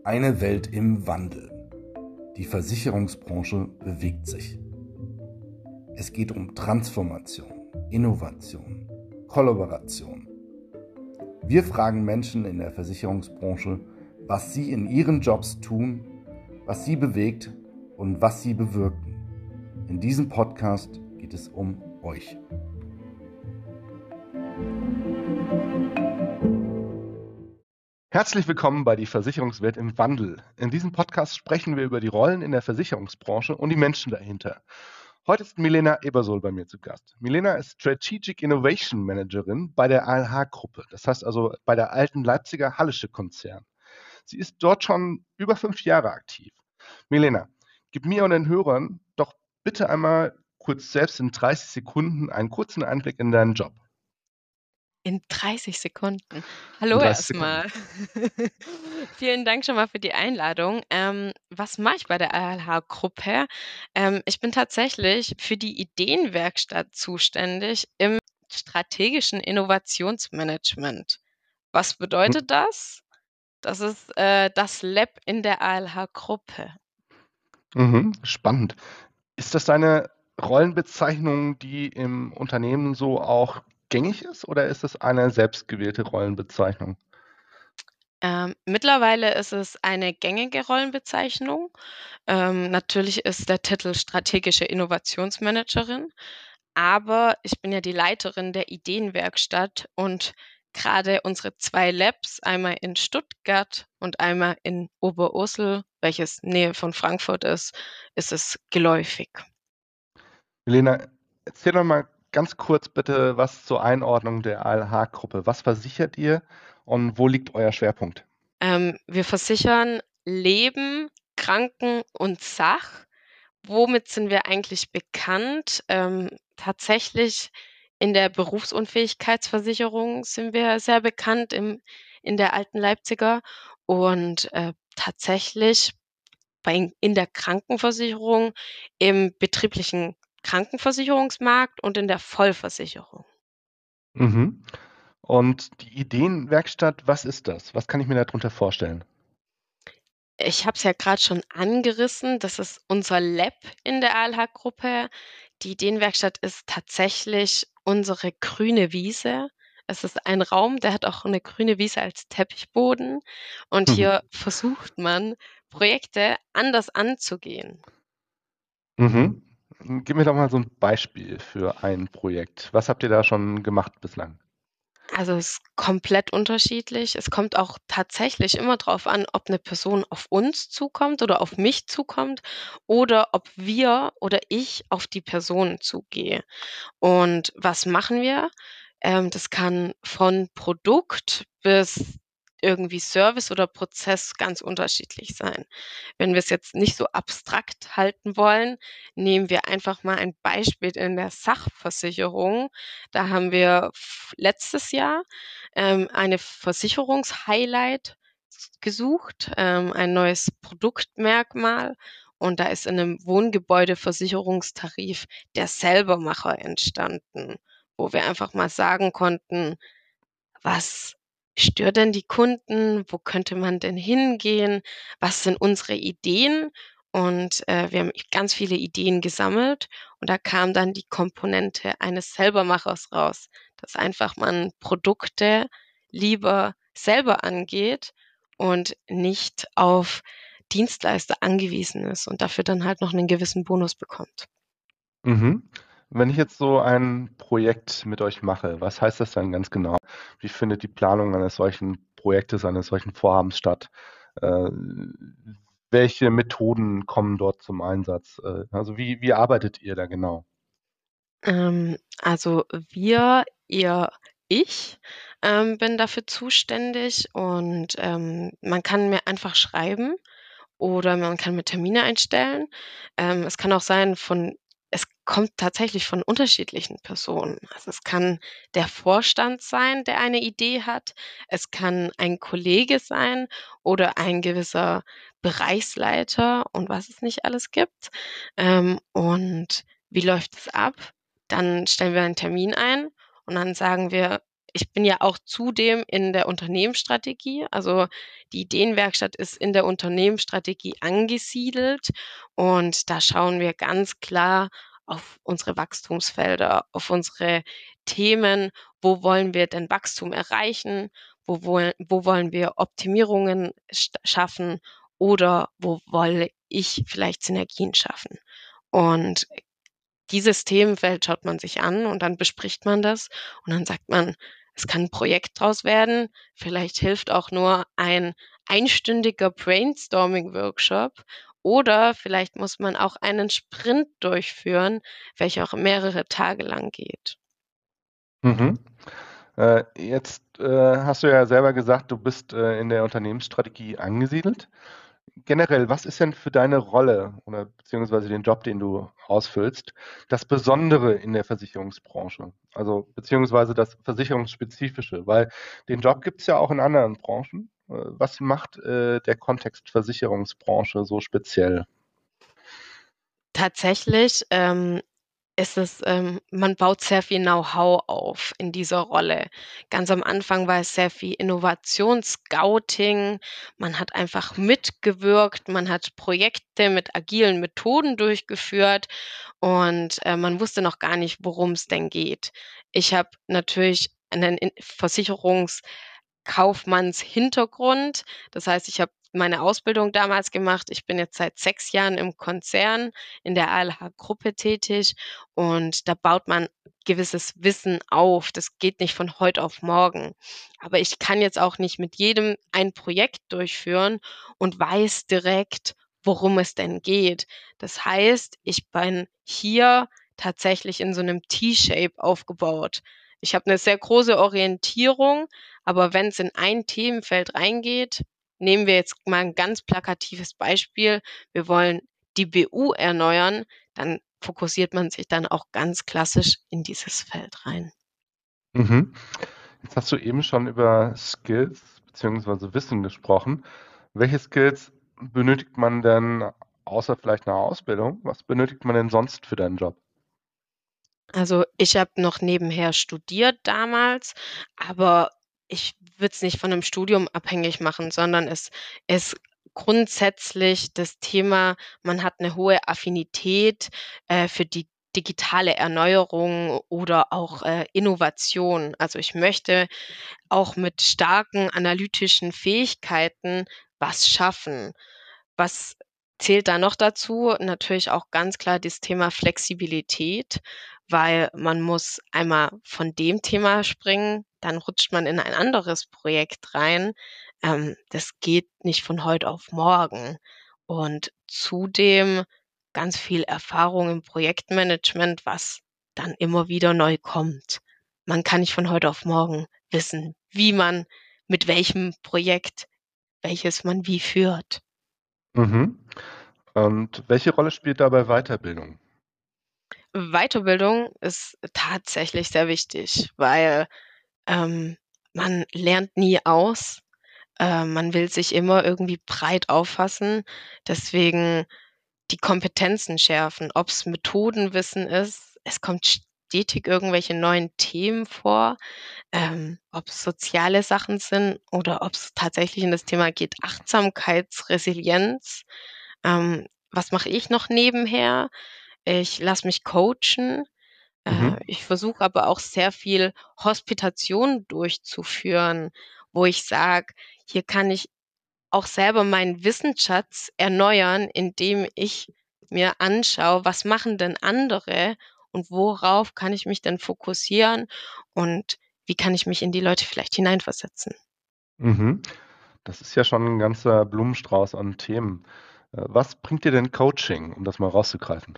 Eine Welt im Wandel. Die Versicherungsbranche bewegt sich. Es geht um Transformation, Innovation, Kollaboration. Wir fragen Menschen in der Versicherungsbranche, was sie in ihren Jobs tun, was sie bewegt und was sie bewirken. In diesem Podcast geht es um euch. Herzlich willkommen bei Die Versicherungswelt im Wandel. In diesem Podcast sprechen wir über die Rollen in der Versicherungsbranche und die Menschen dahinter. Heute ist Milena Ebersohl bei mir zu Gast. Milena ist Strategic Innovation Managerin bei der ALH-Gruppe, das heißt also bei der alten Leipziger Hallische Konzern. Sie ist dort schon über 5 Jahre aktiv. Milena, gib mir und den Hörern doch bitte einmal kurz selbst in 30 Sekunden einen kurzen Einblick in deinen Job. In 30 Sekunden. In Hallo 30 Sekunden. erstmal. Vielen Dank schon mal für die Einladung. Was mache ich bei der ALH-Gruppe? Ich bin tatsächlich für die Ideenwerkstatt zuständig im strategischen Innovationsmanagement. Was bedeutet das? Das ist das Lab in der ALH-Gruppe. Spannend. Ist das deine Rollenbezeichnung, die im Unternehmen so auch gängig ist, oder ist es eine selbstgewählte Rollenbezeichnung? Mittlerweile ist es eine gängige Rollenbezeichnung. Natürlich ist der Titel strategische Innovationsmanagerin, aber ich bin ja die Leiterin der Ideenwerkstatt und gerade unsere 2 Labs, einmal in Stuttgart und einmal in Oberursel, welches Nähe von Frankfurt ist es geläufig. Helena, erzähl doch mal ganz kurz bitte was zur Einordnung der ALH-Gruppe. Was versichert ihr und wo liegt euer Schwerpunkt? Wir versichern Leben, Kranken und Sach. Womit sind wir eigentlich bekannt? Tatsächlich in der Berufsunfähigkeitsversicherung sind wir sehr bekannt in der alten Leipziger und, tatsächlich in der Krankenversicherung, im betrieblichen Krankenversicherungsmarkt und in der Vollversicherung. Mhm. Und die Ideenwerkstatt, was ist das? Was kann ich mir darunter vorstellen? Ich habe es ja gerade schon angerissen, das ist unser Lab in der ALH-Gruppe. Die Ideenwerkstatt ist tatsächlich unsere grüne Wiese. Es ist ein Raum, der hat auch eine grüne Wiese als Teppichboden und hier versucht man, Projekte anders anzugehen. Mhm. Gib mir doch mal so ein Beispiel für ein Projekt. Was habt ihr da schon gemacht bislang? Also, es ist komplett unterschiedlich. Es kommt auch tatsächlich immer drauf an, ob eine Person auf uns zukommt oder auf mich zukommt oder ob wir oder ich auf die Person zugehe. Und was machen wir? Das kann von Produkt bis irgendwie Service oder Prozess ganz unterschiedlich sein. Wenn wir es jetzt nicht so abstrakt halten wollen, nehmen wir einfach mal ein Beispiel in der Sachversicherung. Da haben wir letztes Jahr eine Versicherungshighlight gesucht, ein neues Produktmerkmal. Und da ist in einem Wohngebäudeversicherungstarif der Selbermacher entstanden, wo wir einfach mal sagen konnten: „Was stört denn die Kunden? Wo könnte man denn hingehen? Was sind unsere Ideen?“ Und, wir haben ganz viele Ideen gesammelt und da kam dann die Komponente eines Selbermachers raus, dass einfach man Produkte lieber selber angeht und nicht auf Dienstleister angewiesen ist und dafür dann halt noch 'nen gewissen Bonus bekommt. Mhm. Wenn ich jetzt so ein Projekt mit euch mache, was heißt das dann ganz genau? Wie findet die Planung eines solchen Projektes, eines solchen Vorhabens statt? Äh, welche Methoden kommen dort zum Einsatz? Also wie arbeitet ihr da genau? Also ich, bin dafür zuständig und, man kann mir einfach schreiben oder man kann mir Termine einstellen. Es kann auch sein es kommt tatsächlich von unterschiedlichen Personen. Also, es kann der Vorstand sein, der eine Idee hat. Es kann ein Kollege sein oder ein gewisser Bereichsleiter und was es nicht alles gibt. Und wie läuft es ab? Dann stellen wir einen Termin ein und dann sagen wir: ich bin ja auch zudem in der Unternehmensstrategie. Also die Ideenwerkstatt ist in der Unternehmensstrategie angesiedelt und da schauen wir ganz klar auf unsere Wachstumsfelder, auf unsere Themen. Wo wollen wir denn Wachstum erreichen? Wo wollen wir Optimierungen schaffen? Oder wo wolle ich vielleicht Synergien schaffen? Und dieses Themenfeld schaut man sich an und dann bespricht man das und dann sagt man, es kann 'n Projekt draus werden. Vielleicht hilft auch nur ein einstündiger Brainstorming-Workshop oder vielleicht muss man auch einen Sprint durchführen, welcher auch mehrere Tage lang geht. Mhm. Jetzt hast du ja selber gesagt, du bist in der Unternehmensstrategie angesiedelt. Generell, was ist denn für deine Rolle oder beziehungsweise den Job, den du ausfüllst, das Besondere in der Versicherungsbranche? Also beziehungsweise das Versicherungsspezifische, weil den Job gibt es ja auch in anderen Branchen. Was macht der Kontext Versicherungsbranche so speziell? Tatsächlich, ist es man baut sehr viel Know-how auf in dieser Rolle. Ganz am Anfang war es sehr viel Innovationsscouting. Man hat einfach mitgewirkt, man hat Projekte mit agilen Methoden durchgeführt und, man wusste noch gar nicht, worum es denn geht. Ich habe natürlich einen Versicherungskaufmanns-Hintergrund. Das heißt, ich habe meine Ausbildung damals gemacht. Ich bin jetzt seit 6 Jahren im Konzern in der ALH-Gruppe tätig und da baut man gewisses Wissen auf. Das geht nicht von heute auf morgen. Aber ich kann jetzt auch nicht mit jedem ein Projekt durchführen und weiß direkt, worum es denn geht. Das heißt, ich bin hier tatsächlich in so einem T-Shape aufgebaut. Ich habe eine sehr große Orientierung, aber wenn es in ein Themenfeld reingeht, nehmen wir jetzt mal ein ganz plakatives Beispiel. Wir wollen die BU erneuern, dann fokussiert man sich dann auch ganz klassisch in dieses Feld rein. Mhm. Jetzt hast du eben schon über Skills beziehungsweise Wissen gesprochen. Welche Skills benötigt man denn außer vielleicht einer Ausbildung? Was benötigt man denn sonst für deinen Job? Also, ich habe noch nebenher studiert damals, aber ich würde es nicht von 'nem Studium abhängig machen, sondern es ist grundsätzlich das Thema, man hat 'ne hohe Affinität, für die digitale Erneuerung oder auch, Innovation. Also, ich möchte auch mit starken analytischen Fähigkeiten was schaffen. Was zählt da noch dazu? Natürlich auch ganz klar das Thema Flexibilität, weil man muss einmal von dem Thema springen, dann rutscht man in ein anderes Projekt rein. Das geht nicht von heute auf morgen. Und zudem ganz viel Erfahrung im Projektmanagement, was dann immer wieder neu kommt. Man kann nicht von heute auf morgen wissen, wie man mit welchem Projekt welches man wie führt. Mhm. Und welche Rolle spielt dabei Weiterbildung? Weiterbildung ist tatsächlich sehr wichtig, weil, ähm, man lernt nie aus. Man will sich immer irgendwie breit auffassen. Deswegen die Kompetenzen schärfen, ob's Methodenwissen ist. Es kommt stetig irgendwelche neuen Themen vor, ob's soziale Sachen sind oder ob's tatsächlich in das Thema geht, Achtsamkeitsresilienz. Was mache ich noch nebenher? Ich lasse mich coachen. Mhm. Ich versuche aber auch sehr viel Hospitation durchzuführen, wo ich sage: „Hier kann ich auch selber meinen Wissensschatz erneuern, indem ich mir anschaue, was machen denn andere und worauf kann ich mich denn fokussieren und wie kann ich mich in die Leute vielleicht hineinversetzen?“ Mhm. Das ist ja schon ein ganzer Blumenstrauß an Themen. Was bringt dir denn Coaching, um das mal rauszugreifen?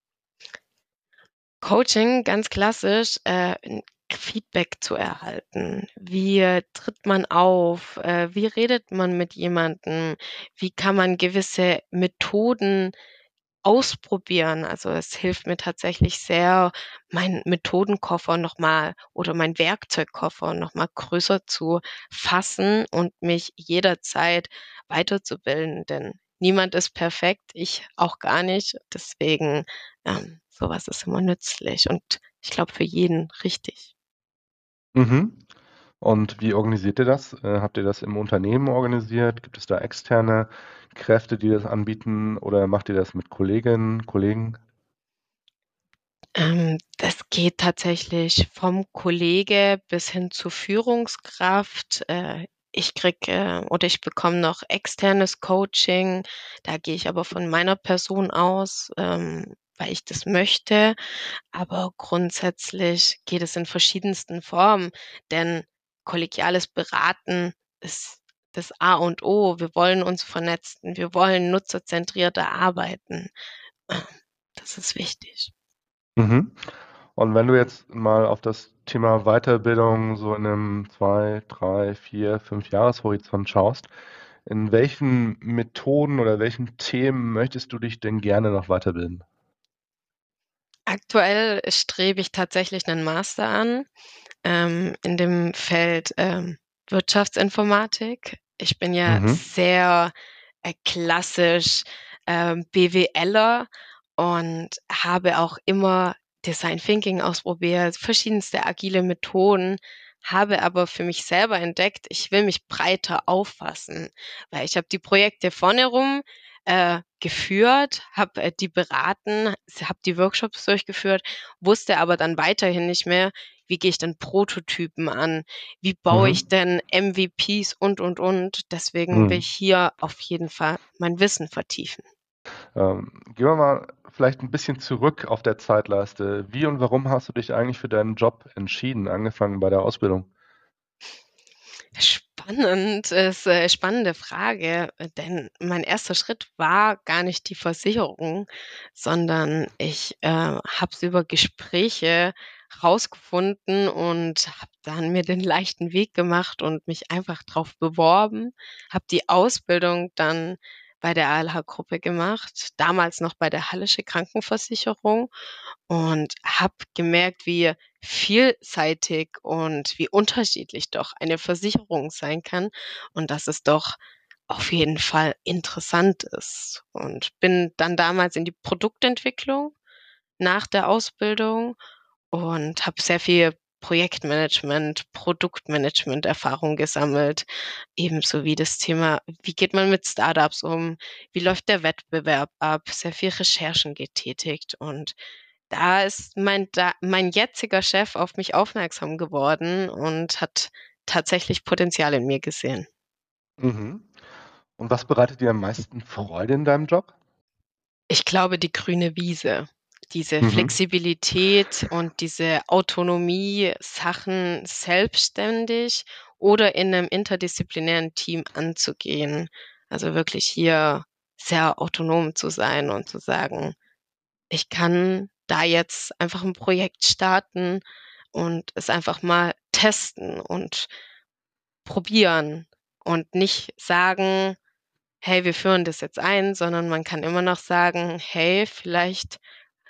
Coaching, ganz klassisch, 'n Feedback zu erhalten. Wie tritt man auf? Wie redet man mit jemandem? Wie kann man gewisse Methoden ausprobieren? Also, es hilft mir tatsächlich sehr, meinen Methodenkoffer noch mal oder meinen Werkzeugkoffer noch mal größer zu fassen und mich jederzeit weiterzubilden, denn niemand ist perfekt, ich auch gar nicht. Deswegen, so ist immer nützlich und ich glaube für jeden richtig. Mhm. Und wie organisiert ihr das? Habt ihr das im Unternehmen organisiert? Gibt es da externe Kräfte, die das anbieten oder macht ihr das mit Kolleginnen, Kollegen? Das geht tatsächlich vom Kollege bis hin zur Führungskraft. Ich kriege, oder ich bekomme noch externes Coaching. Da gehe ich aber von meiner Person aus, weil ich das möchte. Aber grundsätzlich geht es in verschiedensten Formen, denn kollegiales Beraten ist das A und O. Wir wollen uns vernetzen, wir wollen nutzerzentrierter arbeiten. Ähm, Das ist wichtig. Mhm. Und wenn du jetzt mal auf das Thema Weiterbildung so in einem 2, 3, 4, 5 Jahreshorizont schaust, in welchen Methoden oder welchen Themen möchtest du dich denn gerne noch weiterbilden? Aktuell strebe ich tatsächlich 'nen Master an, in dem Feld, Wirtschaftsinformatik. Ich bin ja Mhm. sehr, klassisch, BWLer und habe auch immer Design Thinking ausprobiert, verschiedenste agile Methoden, habe aber für mich selber entdeckt, ich will mich breiter auffassen, weil ich habe die Projekte vorne rum, geführt, habe, die beraten, habe die Workshops durchgeführt, wusste aber dann weiterhin nicht mehr, wie gehe ich denn Prototypen an? Wie baue Mhm. ich denn MVPs und? Deswegen will Mhm. ich hier auf jeden Fall mein Wissen vertiefen. Gehen wir mal vielleicht ein bisschen zurück auf der Zeitleiste. Wie und warum hast du dich eigentlich für deinen Job entschieden, angefangen bei der Ausbildung? Spannend, ist, spannende Frage, denn mein erster Schritt war gar nicht die Versicherung, sondern ich, habe es über Gespräche rausgefunden und habe dann mir den leichten Weg gemacht und mich einfach drauf beworben, habe die Ausbildung dann bei der ALH-Gruppe gemacht, damals noch bei der Hallische Krankenversicherung und habe gemerkt, wie vielseitig und wie unterschiedlich doch eine Versicherung sein kann und dass es doch auf jeden Fall interessant ist. Und bin dann damals in die Produktentwicklung nach der Ausbildung und habe sehr viel Projektmanagement, Produktmanagement-Erfahrung gesammelt, ebenso wie das Thema, wie geht man mit Startups um, wie läuft der Wettbewerb ab, sehr viel Recherchen getätigt und da ist mein jetziger Chef auf mich aufmerksam geworden und hat tatsächlich Potenzial in mir gesehen. Mhm. Und was bereitet dir am meisten Freude in deinem Job? Ich glaube, die grüne Wiese, diese Mhm. Flexibilität und diese Autonomie, Sachen selbstständig oder in 'nem interdisziplinären Team anzugehen. Also, wirklich hier sehr autonom zu sein und zu sagen: „Ich kann da jetzt einfach 'n Projekt starten und es einfach mal testen und probieren und nicht sagen: „Hey, wir führen das jetzt ein“, sondern man kann immer noch sagen: „Hey, vielleicht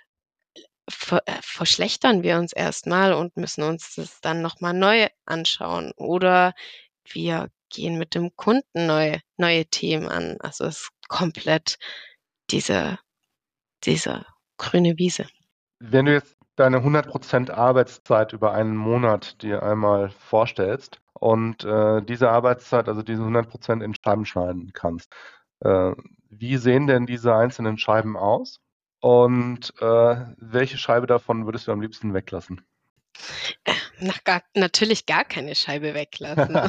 verschlechtern wir uns erst mal und müssen uns das dann noch mal neu anschauen oder wir gehen mit dem Kunden neue Themen an.“ Also, es ist komplett diese diese grüne Wiese. Wenn du jetzt deine 100% Arbeitszeit über einen Monat dir einmal vorstellst und, diese Arbeitszeit, also diese 100% in Scheiben schneiden kannst, äh, wie sehen denn diese einzelnen Scheiben aus? Und, welche Scheibe davon würdest du am liebsten weglassen? Natürlich gar keine Scheibe weglassen.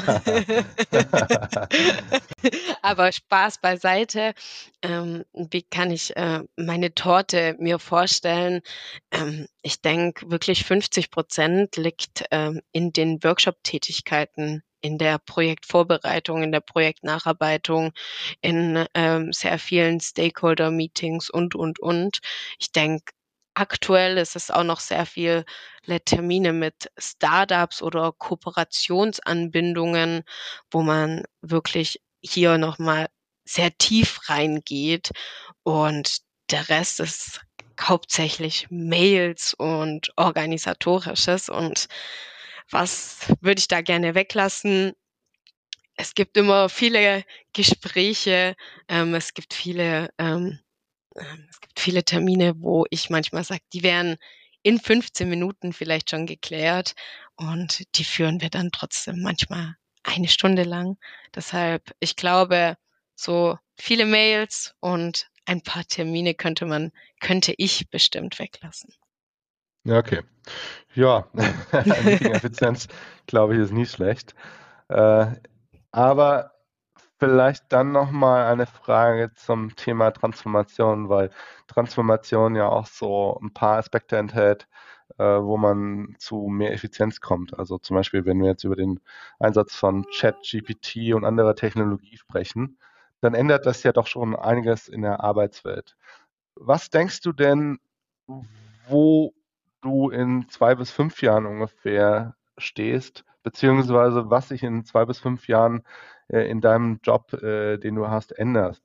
Aber Spaß beiseite. Wie kann ich, meine Torte mir vorstellen? Ich denke wirklich 50% liegt, in den Workshop-Tätigkeiten, in der Projektvorbereitung, in der Projektnacharbeitung, in, sehr vielen Stakeholder-Meetings und. Ich denke, aktuell ist es auch noch sehr viele Termine mit Startups oder Kooperationsanbindungen, wo man wirklich hier noch mal sehr tief reingeht und der Rest ist hauptsächlich Mails und Organisatorisches. Und was würde ich da gerne weglassen? Es gibt immer viele Gespräche, es gibt viele Termine, wo ich manchmal sage, die wären in 15 Minuten vielleicht schon geklärt und die führen wir dann trotzdem manchmal eine Stunde lang. Deshalb, ich glaube, so viele Mails und ein paar Termine könnte ich bestimmt weglassen. Ja, okay. Ja, Meeting-Effizienz, glaube ich, ist nie schlecht. Äh, aber vielleicht dann noch mal eine Frage zum Thema Transformation, weil Transformation ja auch so ein paar Aspekte enthält, wo man zu mehr Effizienz kommt. Also zum Beispiel, wenn wir jetzt über den Einsatz von ChatGPT und anderer Technologie sprechen, dann ändert das ja doch schon einiges in der Arbeitswelt. Was denkst du denn, wo du in 2 bis 5 Jahren ungefähr stehst, beziehungsweise was sich in 2 bis 5 Jahren, in deinem Job, den du hast, ändert?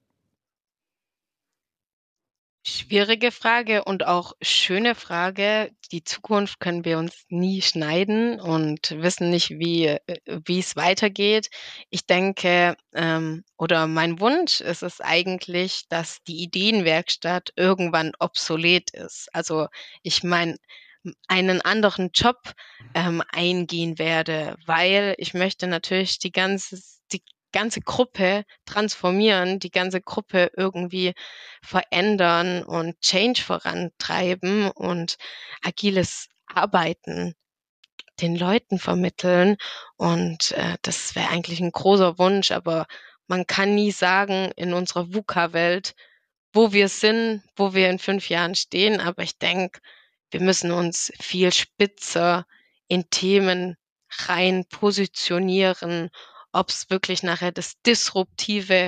Schwierige Frage und auch schöne Frage. Die Zukunft können wir uns nie schneiden und wissen nicht, wie es weitergeht. Ich denke, oder mein Wunsch ist es eigentlich, dass die Ideenwerkstatt irgendwann obsolet ist. Also, ich meine, einen anderen Job, eingehen werde, weil ich möchte natürlich die ganze Gruppe transformieren, die ganze Gruppe irgendwie verändern und Change vorantreiben und agiles Arbeiten den Leuten vermitteln. Und, das wäre eigentlich ein großer Wunsch, aber man kann nie sagen in unserer VUCA-Welt, wo wir sind, wo wir in 5 Jahren stehen. Aber ich denke, wir müssen uns viel spitzer in Themen rein positionieren, ob es wirklich nachher das disruptive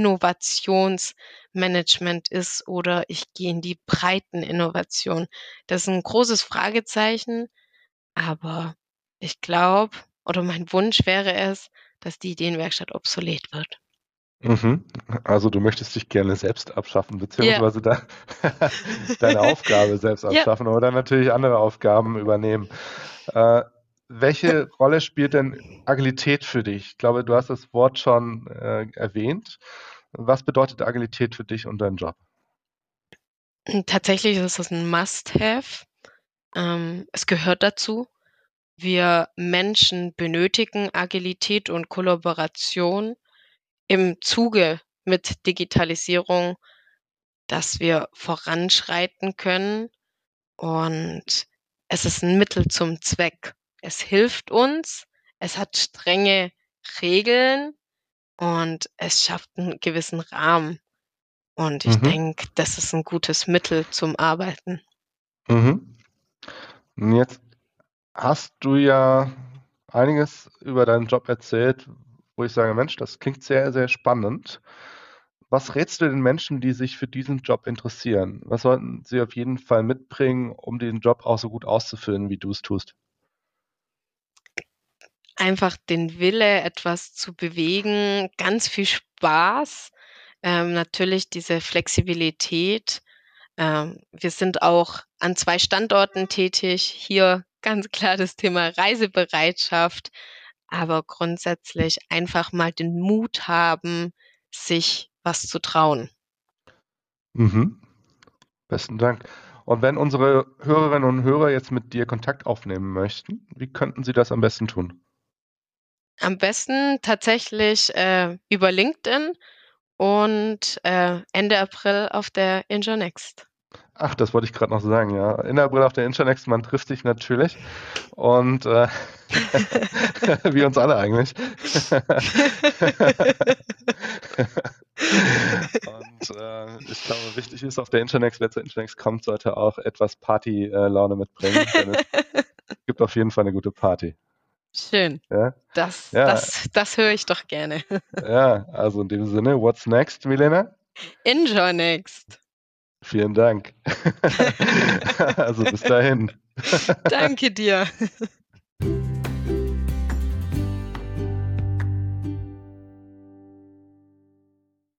Innovationsmanagement ist oder ich gehe in die Breiteninnovation. Das ist ein großes Fragezeichen, aber ich glaube oder mein Wunsch wäre es, dass die Ideenwerkstatt obsolet wird. Mhm. Also, du möchtest dich gerne selbst abschaffen, Ja. beziehungsweise deine Aufgabe selbst Ja. abschaffen oder dann natürlich andere Aufgaben übernehmen. Äh, welche Rolle spielt denn Agilität für dich? Ich glaube, du hast das Wort schon, erwähnt. Was bedeutet Agilität für dich und deinen Job? Tatsächlich ist es ein Must-have. Es gehört dazu. Wir Menschen benötigen Agilität und Kollaboration im Zuge mit Digitalisierung, dass wir voranschreiten können und es ist ein Mittel zum Zweck. Es hilft uns, es hat strenge Regeln und es schafft einen gewissen Rahmen und ich Mhm, denke, das ist ein gutes Mittel zum Arbeiten. mhm. Und jetzt hast du ja einiges über deinen Job erzählt, wo ich sage: „Mensch, das klingt sehr, sehr spannend.“ Was rätst du den Menschen, die sich für diesen Job interessieren? Was sollten sie auf jeden Fall mitbringen, um den Job auch so gut auszufüllen, wie du es tust? Einfach den Wille, etwas zu bewegen, ganz viel Spaß, natürlich diese Flexibilität. Wir sind auch an 2 Standorten tätig. Hier ganz klar das Thema Reisebereitschaft, aber grundsätzlich einfach mal den Mut haben, sich was zu trauen. Mhm, besten Dank. Und wenn unsere Hörerinnen und Hörer jetzt mit dir Kontakt aufnehmen möchten, wie könnten sie das am besten tun? Am besten tatsächlich, über LinkedIn und, Ende April auf der Injonext. Ach, das wollte ich gerade noch sagen, ja. In April auf der Internext, man trifft sich natürlich und, wie uns alle eigentlich. Und, ich glaube, wichtig ist auf der Internext, wer zur Internext kommt, sollte auch etwas Party Laune mitbringen, denn es gibt auf jeden Fall eine gute Party, Schön. ja? Das Ja, das das höre ich doch gerne. ja, also in dem Sinne, what's next, Milena? Injonext. Vielen Dank. Also bis dahin. Danke dir.